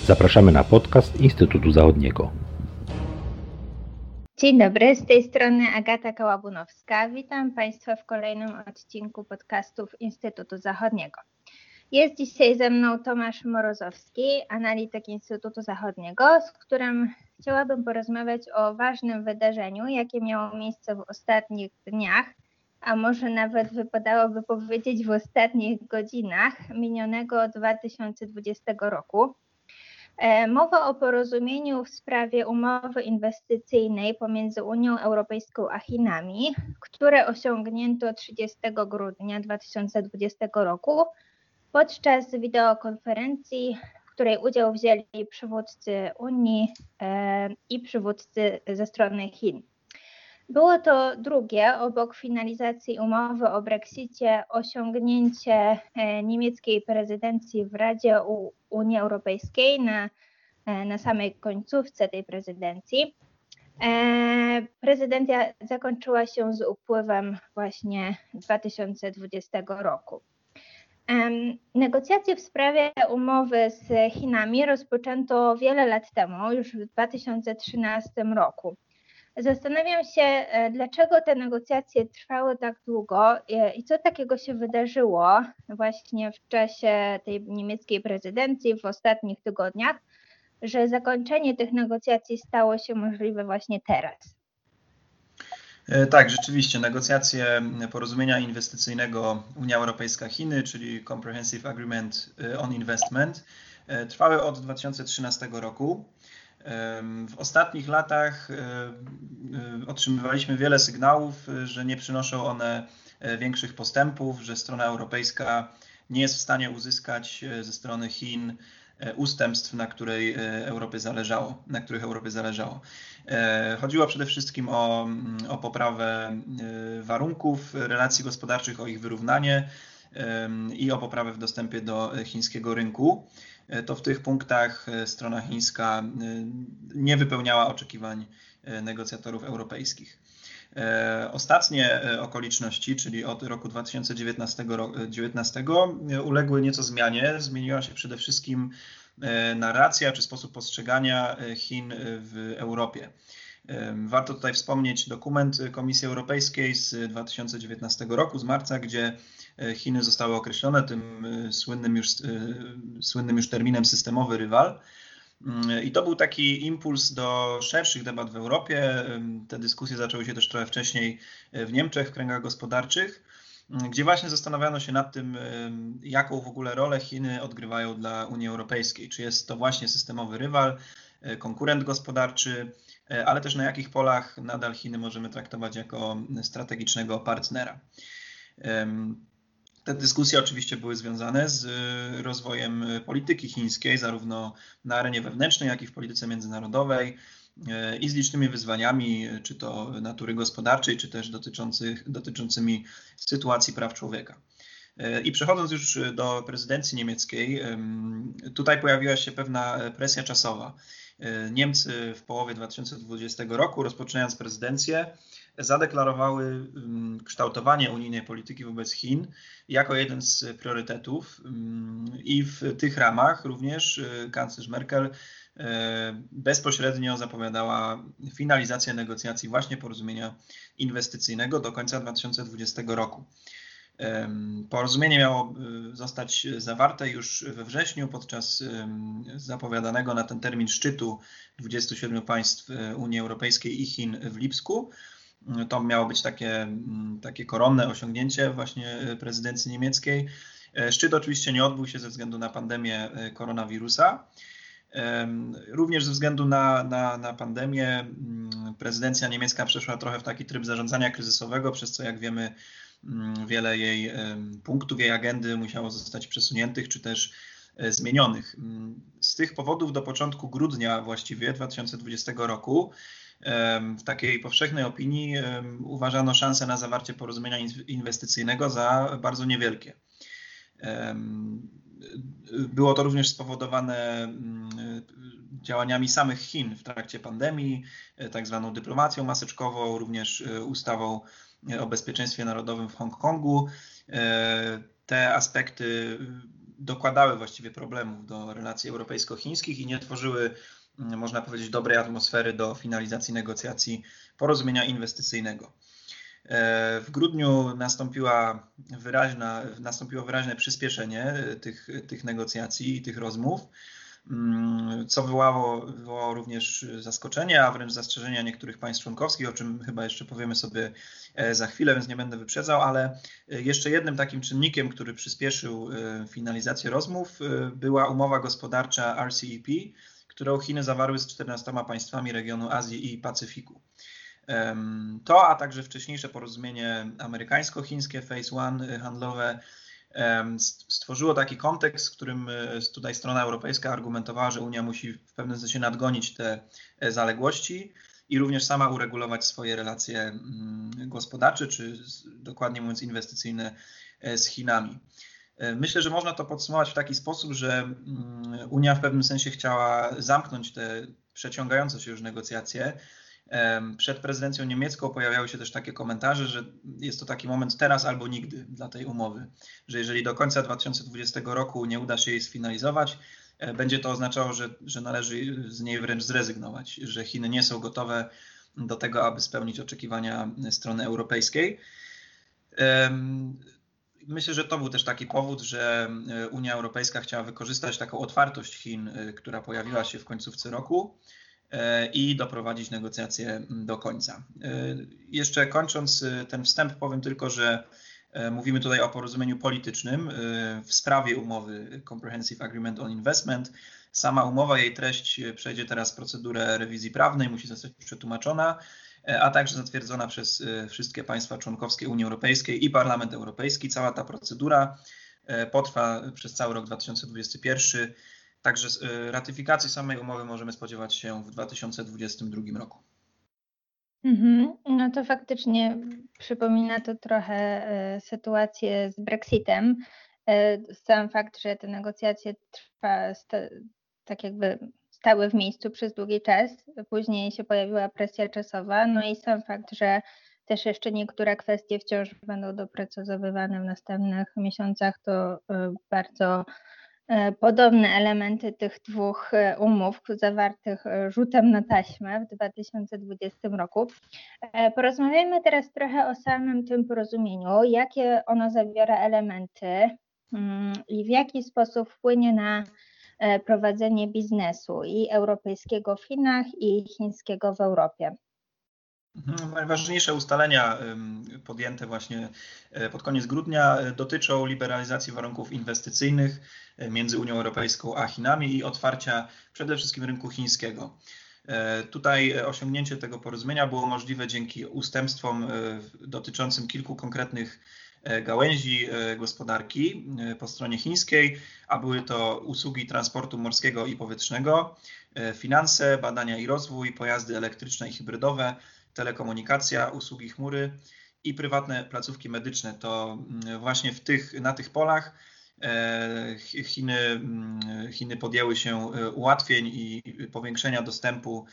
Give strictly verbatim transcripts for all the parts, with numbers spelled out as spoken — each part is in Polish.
Zapraszamy na podcast Instytutu Zachodniego. Dzień dobry, z tej strony Agata Kałabunowska. Witam Państwa w kolejnym odcinku podcastów Instytutu Zachodniego. Jest dzisiaj ze mną Tomasz Morozowski, analityk Instytutu Zachodniego, z którym chciałabym porozmawiać o ważnym wydarzeniu, jakie miało miejsce w ostatnich dniach, a może nawet wypadałoby powiedzieć w ostatnich godzinach minionego dwa tysiące dwudziestego roku. Mowa o porozumieniu w sprawie umowy inwestycyjnej pomiędzy Unią Europejską a Chinami, które osiągnięto trzydziestego grudnia dwa tysiące dwudziestego roku podczas wideokonferencji, w której udział wzięli przywódcy Unii i przywódcy ze strony Chin. Było to drugie, obok finalizacji umowy o Brexicie, osiągnięcie niemieckiej prezydencji w Radzie Unii Europejskiej na, na samej końcówce tej prezydencji. Prezydencja zakończyła się z upływem właśnie dwa tysiące dwudziestego roku. Negocjacje w sprawie umowy z Chinami rozpoczęto wiele lat temu, już w dwa tysiące trzynastym roku. Zastanawiam się, dlaczego te negocjacje trwały tak długo i co takiego się wydarzyło właśnie w czasie tej niemieckiej prezydencji w ostatnich tygodniach, że zakończenie tych negocjacji stało się możliwe właśnie teraz. Tak, rzeczywiście negocjacje porozumienia inwestycyjnego Unia Europejska-Chiny, czyli Comprehensive Agreement on Investment, trwały od dwa tysiące trzynastego roku. W ostatnich latach otrzymywaliśmy wiele sygnałów, że nie przynoszą one większych postępów, że strona europejska nie jest w stanie uzyskać ze strony Chin ustępstw, na, której Europie zależało, na których Europie zależało. Chodziło przede wszystkim o, o poprawę warunków relacji gospodarczych, o ich wyrównanie i o poprawę w dostępie do chińskiego rynku. To w tych punktach strona chińska nie wypełniała oczekiwań negocjatorów europejskich. Ostatnie okoliczności, czyli od roku dwa tysiące dziewiętnastego, uległy nieco zmianie. Zmieniła się przede wszystkim narracja czy sposób postrzegania Chin w Europie. Warto tutaj wspomnieć dokument Komisji Europejskiej z dwa tysiące dziewiętnastego roku, z marca, gdzie Chiny zostały określone tym słynnym już, słynnym już terminem systemowy rywal. I to był taki impuls do szerszych debat w Europie. Te dyskusje zaczęły się też trochę wcześniej w Niemczech, w kręgach gospodarczych, gdzie właśnie zastanawiano się nad tym, jaką w ogóle rolę Chiny odgrywają dla Unii Europejskiej. Czy jest to właśnie systemowy rywal, konkurent gospodarczy, ale też na jakich polach nadal Chiny możemy traktować jako strategicznego partnera. Te dyskusje oczywiście były związane z rozwojem polityki chińskiej, zarówno na arenie wewnętrznej, jak i w polityce międzynarodowej i z licznymi wyzwaniami, czy to natury gospodarczej, czy też dotyczących, dotyczącymi sytuacji praw człowieka. I przechodząc już do prezydencji niemieckiej, tutaj pojawiła się pewna presja czasowa. Niemcy w połowie dwa tysiące dwudziestego roku, rozpoczynając prezydencję, zadeklarowały kształtowanie unijnej polityki wobec Chin jako jeden z priorytetów i w tych ramach również kanclerz Merkel bezpośrednio zapowiadała finalizację negocjacji właśnie porozumienia inwestycyjnego do końca dwa tysiące dwudziestego roku. Porozumienie miało zostać zawarte już we wrześniu podczas zapowiadanego na ten termin szczytu dwudziestu siedmiu państw Unii Europejskiej i Chin w Lipsku. To miało być takie, takie koronne osiągnięcie właśnie prezydencji niemieckiej. Szczyt oczywiście nie odbył się ze względu na pandemię koronawirusa. Również ze względu na, na, na pandemię prezydencja niemiecka przeszła trochę w taki tryb zarządzania kryzysowego, przez co, jak wiemy, wiele jej punktów, jej agendy musiało zostać przesuniętych czy też zmienionych. Z tych powodów do początku grudnia właściwie dwa tysiące dwudziestego roku w takiej powszechnej opinii uważano szanse na zawarcie porozumienia inwestycyjnego za bardzo niewielkie. Było to również spowodowane działaniami samych Chin w trakcie pandemii, tak zwaną dyplomacją maseczkową, również ustawą o bezpieczeństwie narodowym w Hongkongu. Te aspekty dokładały właściwie problemów do relacji europejsko-chińskich i nie tworzyły, można powiedzieć, dobrej atmosfery do finalizacji negocjacji porozumienia inwestycyjnego. W grudniu nastąpiła wyraźna, nastąpiło wyraźne przyspieszenie tych, tych negocjacji i tych rozmów, co wywołało, wywołało również zaskoczenie, a wręcz zastrzeżenia niektórych państw członkowskich, o czym chyba jeszcze powiemy sobie za chwilę, więc nie będę wyprzedzał, ale jeszcze jednym takim czynnikiem, który przyspieszył finalizację rozmów, była umowa gospodarcza R C E P, którą Chiny zawarły z czternastoma państwami regionu Azji i Pacyfiku. To, a także wcześniejsze porozumienie amerykańsko-chińskie Phase One handlowe stworzyło taki kontekst, w którym tutaj strona europejska argumentowała, że Unia musi w pewnym sensie nadgonić te zaległości i również sama uregulować swoje relacje gospodarcze, czy dokładnie mówiąc inwestycyjne z Chinami. Myślę, że można to podsumować w taki sposób, że Unia w pewnym sensie chciała zamknąć te przeciągające się już negocjacje. Przed prezydencją niemiecką pojawiały się też takie komentarze, że jest to taki moment teraz albo nigdy dla tej umowy, że jeżeli do końca dwa tysiące dwudziestego roku nie uda się jej sfinalizować, będzie to oznaczało, że, że należy z niej wręcz zrezygnować, że Chiny nie są gotowe do tego, aby spełnić oczekiwania strony europejskiej. Myślę, że to był też taki powód, że Unia Europejska chciała wykorzystać taką otwartość Chin, która pojawiła się w końcówce roku, i doprowadzić negocjacje do końca. Jeszcze kończąc ten wstęp, powiem tylko, że mówimy tutaj o porozumieniu politycznym w sprawie umowy Comprehensive Agreement on Investment. Sama umowa, jej treść przejdzie teraz procedurę rewizji prawnej, musi zostać przetłumaczona, a także zatwierdzona przez wszystkie państwa członkowskie Unii Europejskiej i Parlament Europejski. Cała ta procedura potrwa przez cały rok dwa tysiące dwudziesty pierwszy. Także ratyfikacji samej umowy możemy spodziewać się w dwa tysiące dwudziestym drugim roku. Mhm. No to faktycznie przypomina to trochę sytuację z Brexitem. Sam fakt, że te negocjacje trwa, tak jakby stały w miejscu przez długi czas, później się pojawiła presja czasowa, no i sam fakt, że też jeszcze niektóre kwestie wciąż będą doprecyzowywane w następnych miesiącach, to bardzo podobne elementy tych dwóch umów zawartych rzutem na taśmę w dwa tysiące dwudziestym roku. Porozmawiajmy teraz trochę o samym tym porozumieniu, jakie ono zawiera elementy i w jaki sposób wpłynie na prowadzenie biznesu i europejskiego w Chinach i chińskiego w Europie. Najważniejsze ustalenia podjęte właśnie pod koniec grudnia dotyczą liberalizacji warunków inwestycyjnych między Unią Europejską a Chinami i otwarcia przede wszystkim rynku chińskiego. Tutaj osiągnięcie tego porozumienia było możliwe dzięki ustępstwom dotyczącym kilku konkretnych gałęzi gospodarki po stronie chińskiej, a były to usługi transportu morskiego i powietrznego, finanse, badania i rozwój, pojazdy elektryczne i hybrydowe, telekomunikacja, usługi chmury i prywatne placówki medyczne. To właśnie w tych, na tych polach Chiny, Chiny podjęły się ułatwień i powiększenia dostępu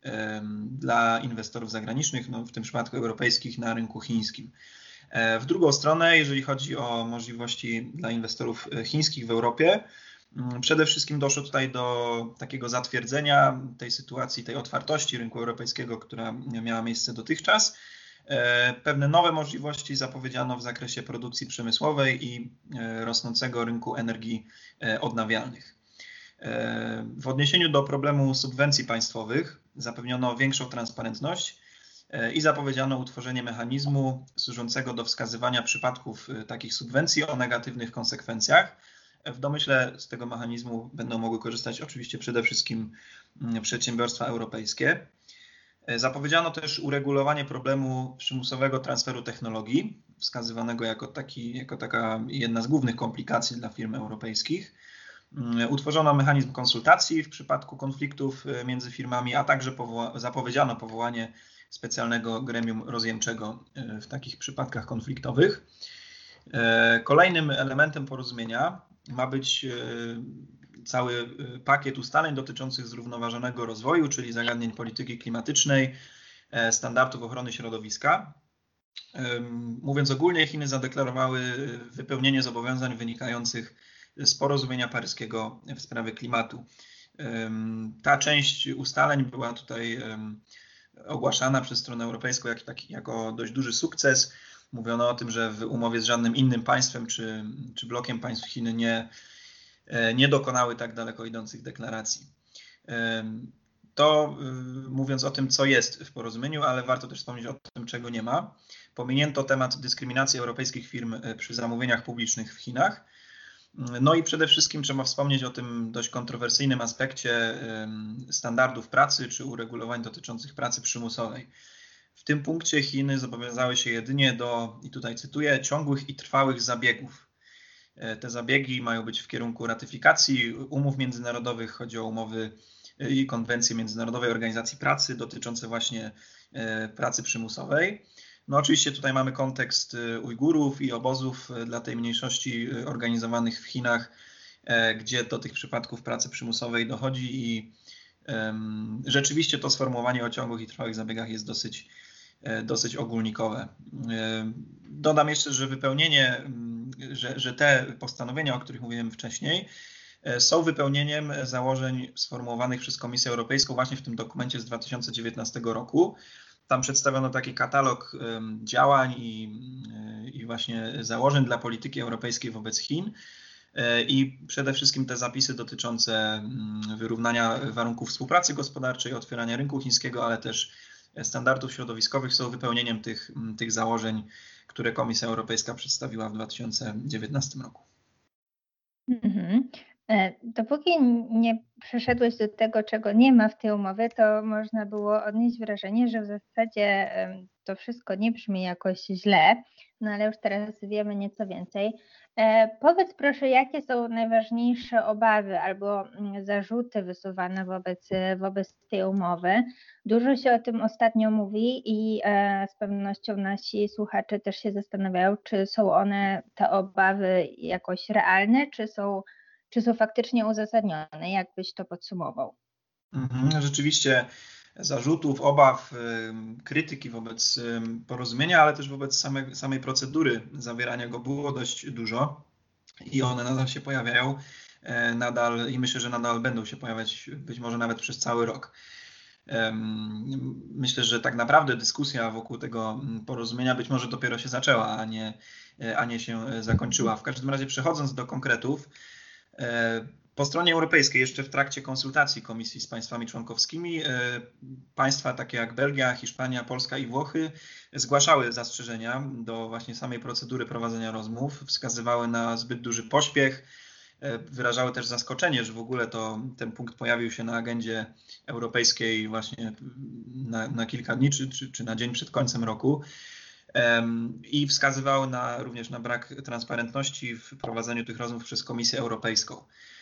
dla inwestorów zagranicznych, no w tym przypadku europejskich, na rynku chińskim. W drugą stronę, jeżeli chodzi o możliwości dla inwestorów chińskich w Europie, przede wszystkim doszło tutaj do takiego zatwierdzenia tej sytuacji, tej otwartości rynku europejskiego, która miała miejsce dotychczas. Pewne nowe możliwości zapowiedziano w zakresie produkcji przemysłowej i rosnącego rynku energii odnawialnych. W odniesieniu do problemu subwencji państwowych zapewniono większą transparentność i zapowiedziano utworzenie mechanizmu służącego do wskazywania przypadków takich subwencji o negatywnych konsekwencjach. W domyśle z tego mechanizmu będą mogły korzystać oczywiście przede wszystkim przedsiębiorstwa europejskie. Zapowiedziano też uregulowanie problemu przymusowego transferu technologii, wskazywanego jako, taki, jako taka jedna z głównych komplikacji dla firm europejskich. Utworzono mechanizm konsultacji w przypadku konfliktów między firmami, a także powoła- zapowiedziano powołanie specjalnego gremium rozjemczego w takich przypadkach konfliktowych. Kolejnym elementem porozumienia ma być cały pakiet ustaleń dotyczących zrównoważonego rozwoju, czyli zagadnień polityki klimatycznej, standardów ochrony środowiska. Mówiąc ogólnie, Chiny zadeklarowały wypełnienie zobowiązań wynikających z porozumienia paryskiego w sprawie klimatu. Ta część ustaleń była tutaj ogłaszana przez stronę europejską jak, taki, jako dość duży sukces. Mówiono o tym, że w umowie z żadnym innym państwem czy, czy blokiem państw Chiny nie, nie dokonały tak daleko idących deklaracji. To mówiąc o tym, co jest w porozumieniu, ale warto też wspomnieć o tym, czego nie ma. Pominięto temat dyskryminacji europejskich firm przy zamówieniach publicznych w Chinach. No i przede wszystkim trzeba wspomnieć o tym dość kontrowersyjnym aspekcie standardów pracy czy uregulowań dotyczących pracy przymusowej. W tym punkcie Chiny zobowiązały się jedynie do, i tutaj cytuję, ciągłych i trwałych zabiegów. Te zabiegi mają być w kierunku ratyfikacji umów międzynarodowych, chodzi o umowy i konwencje Międzynarodowej Organizacji Pracy dotyczące właśnie pracy przymusowej. No oczywiście tutaj mamy kontekst Ujgurów i obozów dla tej mniejszości organizowanych w Chinach, gdzie do tych przypadków pracy przymusowej dochodzi i um, rzeczywiście to sformułowanie o ciągłych i trwałych zabiegach jest dosyć, dosyć ogólnikowe. Dodam jeszcze, że wypełnienie, że, że te postanowienia, o których mówiłem wcześniej, są wypełnieniem założeń sformułowanych przez Komisję Europejską właśnie w tym dokumencie z dwa tysiące dziewiętnastego roku. Tam przedstawiono taki katalog działań i, i właśnie założeń dla polityki europejskiej wobec Chin i przede wszystkim te zapisy dotyczące wyrównania warunków współpracy gospodarczej, otwierania rynku chińskiego, ale też standardów środowiskowych są wypełnieniem tych, tych założeń, które Komisja Europejska przedstawiła w dwa tysiące dziewiętnastym roku. Mhm. Dopóki nie przeszedłeś do tego, czego nie ma w tej umowie, to można było odnieść wrażenie, że w zasadzie to wszystko nie brzmi jakoś źle, no ale już teraz wiemy nieco więcej. Powiedz proszę, jakie są najważniejsze obawy albo zarzuty wysuwane wobec, wobec tej umowy? Dużo się o tym ostatnio mówi i z pewnością nasi słuchacze też się zastanawiają, czy są one, te obawy jakoś realne, czy są Czy są faktycznie uzasadnione? Jak byś to podsumował? Mhm, rzeczywiście zarzutów, obaw, krytyki wobec porozumienia, ale też wobec samej, samej procedury zawierania go było dość dużo i one nadal się pojawiają nadal i myślę, że nadal będą się pojawiać być może nawet przez cały rok. Myślę, że tak naprawdę dyskusja wokół tego porozumienia być może dopiero się zaczęła, a nie, a nie się zakończyła. W każdym razie przechodząc do konkretów, po stronie europejskiej jeszcze w trakcie konsultacji Komisji z państwami członkowskimi państwa takie jak Belgia, Hiszpania, Polska i Włochy zgłaszały zastrzeżenia do właśnie samej procedury prowadzenia rozmów, wskazywały na zbyt duży pośpiech, wyrażały też zaskoczenie, że w ogóle to, ten punkt pojawił się na agendzie europejskiej właśnie na, na kilka dni czy, czy, czy na dzień przed końcem roku. I wskazywały na, również na brak transparentności w prowadzeniu tych rozmów przez Komisję Europejską.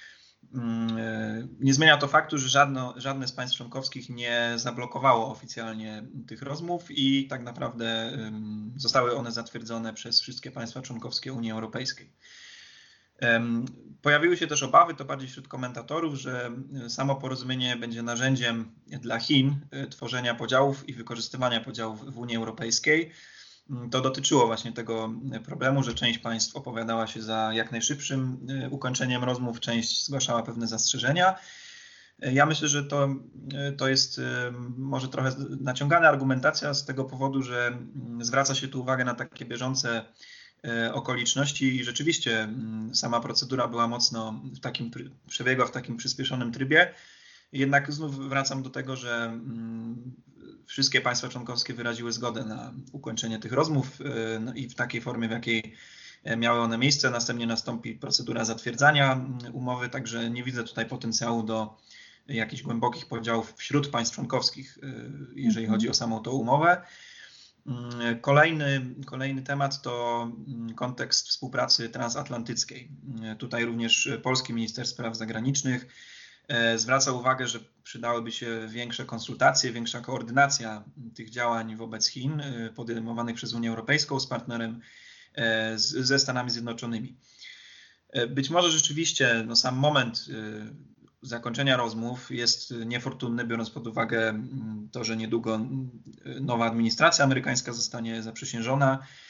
Nie zmienia to faktu, że żadno, żadne z państw członkowskich nie zablokowało oficjalnie tych rozmów i tak naprawdę zostały one zatwierdzone przez wszystkie państwa członkowskie Unii Europejskiej. Pojawiły się też obawy, to bardziej wśród komentatorów, że samo porozumienie będzie narzędziem dla Chin tworzenia podziałów i wykorzystywania podziałów w Unii Europejskiej. To dotyczyło właśnie tego problemu, że część państw opowiadała się za jak najszybszym ukończeniem rozmów, część zgłaszała pewne zastrzeżenia. Ja myślę, że to, to jest może trochę naciągana argumentacja z tego powodu, że zwraca się tu uwagę na takie bieżące okoliczności i rzeczywiście sama procedura była mocno w takim, przebiegła w takim przyspieszonym trybie. Jednak znów wracam do tego, że wszystkie państwa członkowskie wyraziły zgodę na ukończenie tych rozmów no i w takiej formie, w jakiej miały one miejsce. Następnie nastąpi procedura zatwierdzania umowy, także nie widzę tutaj potencjału do jakichś głębokich podziałów wśród państw członkowskich, jeżeli chodzi o samą tą umowę. Kolejny, kolejny temat to kontekst współpracy transatlantyckiej. Tutaj również polski minister spraw zagranicznych zwraca uwagę, że przydałyby się większe konsultacje, większa koordynacja tych działań wobec Chin podejmowanych przez Unię Europejską z partnerem z, ze Stanami Zjednoczonymi. Być może rzeczywiście no, sam moment zakończenia rozmów jest niefortunny, biorąc pod uwagę to, że niedługo nowa administracja amerykańska zostanie zaprzysiężona.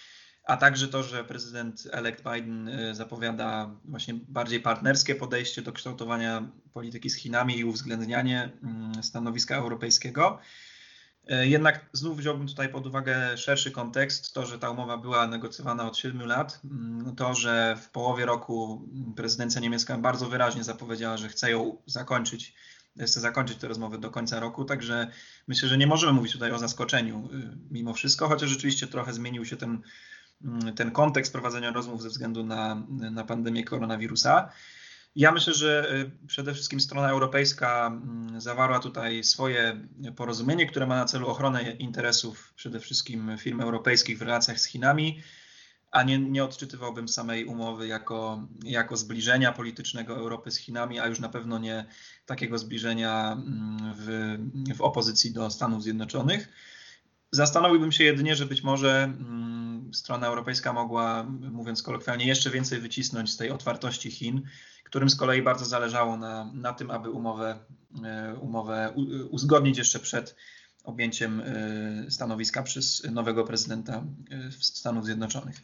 a także to, że prezydent elect Biden zapowiada właśnie bardziej partnerskie podejście do kształtowania polityki z Chinami i uwzględnianie stanowiska europejskiego. Jednak znów wziąłbym tutaj pod uwagę szerszy kontekst, to, że ta umowa była negocjowana od siedmiu lat, to, że w połowie roku prezydencja niemiecka bardzo wyraźnie zapowiedziała, że chce ją zakończyć, chce zakończyć te rozmowy do końca roku, także myślę, że nie możemy mówić tutaj o zaskoczeniu mimo wszystko, chociaż rzeczywiście trochę zmienił się ten, ten kontekst prowadzenia rozmów ze względu na, na pandemię koronawirusa. Ja myślę, że przede wszystkim strona europejska zawarła tutaj swoje porozumienie, które ma na celu ochronę interesów przede wszystkim firm europejskich w relacjach z Chinami, a nie, nie odczytywałbym samej umowy jako, jako zbliżenia politycznego Europy z Chinami, a już na pewno nie takiego zbliżenia w, w opozycji do Stanów Zjednoczonych. Zastanowiłbym się jedynie, że być może strona europejska mogła, mówiąc kolokwialnie, jeszcze więcej wycisnąć z tej otwartości Chin, którym z kolei bardzo zależało na, na tym, aby umowę, umowę uzgodnić jeszcze przed objęciem stanowiska przez nowego prezydenta Stanów Zjednoczonych.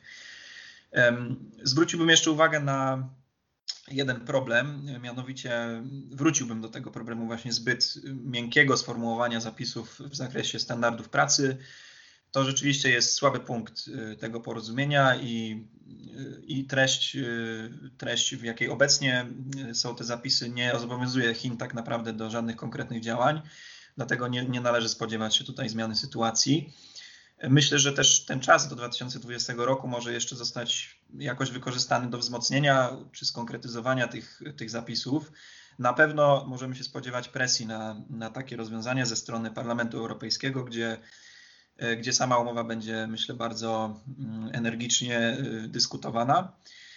Zwróciłbym jeszcze uwagę na jeden problem, mianowicie wróciłbym do tego problemu właśnie zbyt miękkiego sformułowania zapisów w zakresie standardów pracy. To rzeczywiście jest słaby punkt tego porozumienia i, i treść, treść, w jakiej obecnie są te zapisy, nie zobowiązuje Chin tak naprawdę do żadnych konkretnych działań, dlatego nie, nie należy spodziewać się tutaj zmiany sytuacji. Myślę, że też ten czas do dwa tysiące dwudziestego roku może jeszcze zostać jakoś wykorzystany do wzmocnienia czy skonkretyzowania tych, tych zapisów. Na pewno możemy się spodziewać presji na, na takie rozwiązania ze strony Parlamentu Europejskiego, gdzie, gdzie sama umowa będzie, myślę, bardzo energicznie dyskutowana.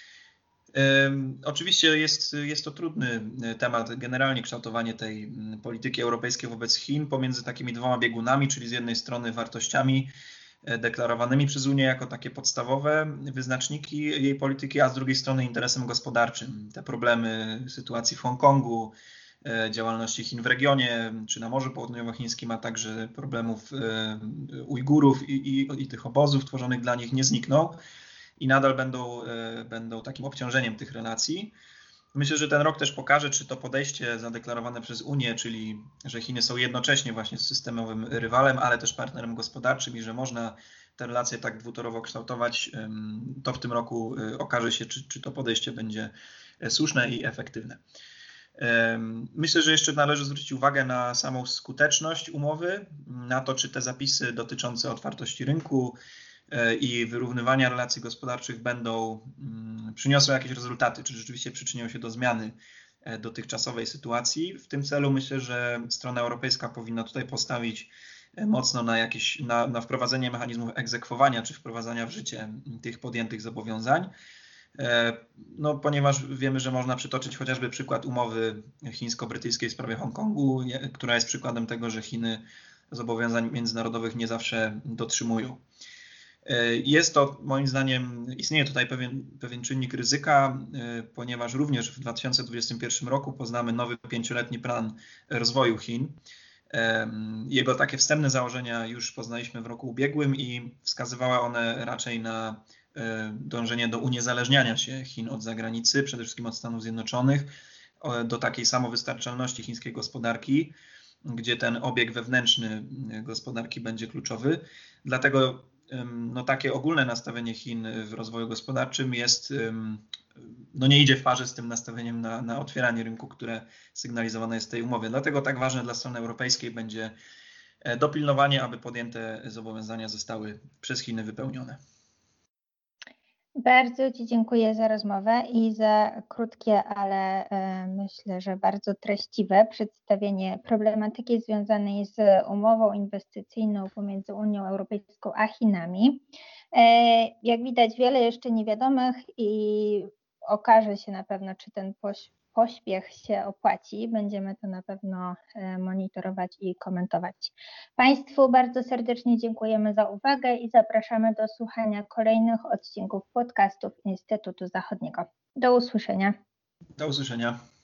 Oczywiście jest, jest to trudny temat, generalnie kształtowanie tej polityki europejskiej wobec Chin pomiędzy takimi dwoma biegunami, czyli z jednej strony wartościami deklarowanymi przez Unię jako takie podstawowe wyznaczniki jej polityki, a z drugiej strony interesem gospodarczym. Te problemy sytuacji w Hongkongu, działalności Chin w regionie czy na Morzu Południowochińskim, a także problemów Ujgurów i, i, i tych obozów tworzonych dla nich nie znikną i nadal będą, będą takim obciążeniem tych relacji. Myślę, że ten rok też pokaże, czy to podejście zadeklarowane przez Unię, czyli że Chiny są jednocześnie właśnie systemowym rywalem, ale też partnerem gospodarczym i że można te relacje tak dwutorowo kształtować, to w tym roku okaże się, czy, czy to podejście będzie słuszne i efektywne. Myślę, że jeszcze należy zwrócić uwagę na samą skuteczność umowy, na to, czy te zapisy dotyczące otwartości rynku i wyrównywania relacji gospodarczych będą przyniosły jakieś rezultaty, czy rzeczywiście przyczynią się do zmiany dotychczasowej sytuacji. W tym celu myślę, że strona europejska powinna tutaj postawić mocno na, jakieś, na, na wprowadzenie mechanizmów egzekwowania, czy wprowadzania w życie tych podjętych zobowiązań. No, ponieważ wiemy, że można przytoczyć chociażby przykład umowy chińsko-brytyjskiej w sprawie Hongkongu, która jest przykładem tego, że Chiny zobowiązań międzynarodowych nie zawsze dotrzymują. Jest to, moim zdaniem, istnieje tutaj pewien, pewien czynnik ryzyka, ponieważ również w dwa tysiące dwudziestym pierwszym roku poznamy nowy pięcioletni plan rozwoju Chin. Jego takie wstępne założenia już poznaliśmy w roku ubiegłym i wskazywały one raczej na dążenie do uniezależniania się Chin od zagranicy, przede wszystkim od Stanów Zjednoczonych, do takiej samowystarczalności chińskiej gospodarki, gdzie ten obieg wewnętrzny gospodarki będzie kluczowy. Dlatego no, takie ogólne nastawienie Chin w rozwoju gospodarczym jest, no, nie idzie w parze z tym nastawieniem na, na otwieranie rynku, które sygnalizowane jest w tej umowie. Dlatego tak ważne dla strony europejskiej będzie dopilnowanie, aby podjęte zobowiązania zostały przez Chiny wypełnione. Bardzo Ci dziękuję za rozmowę i za krótkie, ale e, myślę, że bardzo treściwe przedstawienie problematyki związanej z umową inwestycyjną pomiędzy Unią Europejską a Chinami. E, jak widać, wiele jeszcze niewiadomych i okaże się na pewno, czy ten poś pośpiech się opłaci. Będziemy to na pewno monitorować i komentować. Państwu bardzo serdecznie dziękujemy za uwagę i zapraszamy do słuchania kolejnych odcinków podcastów Instytutu Zachodniego. Do usłyszenia. Do usłyszenia.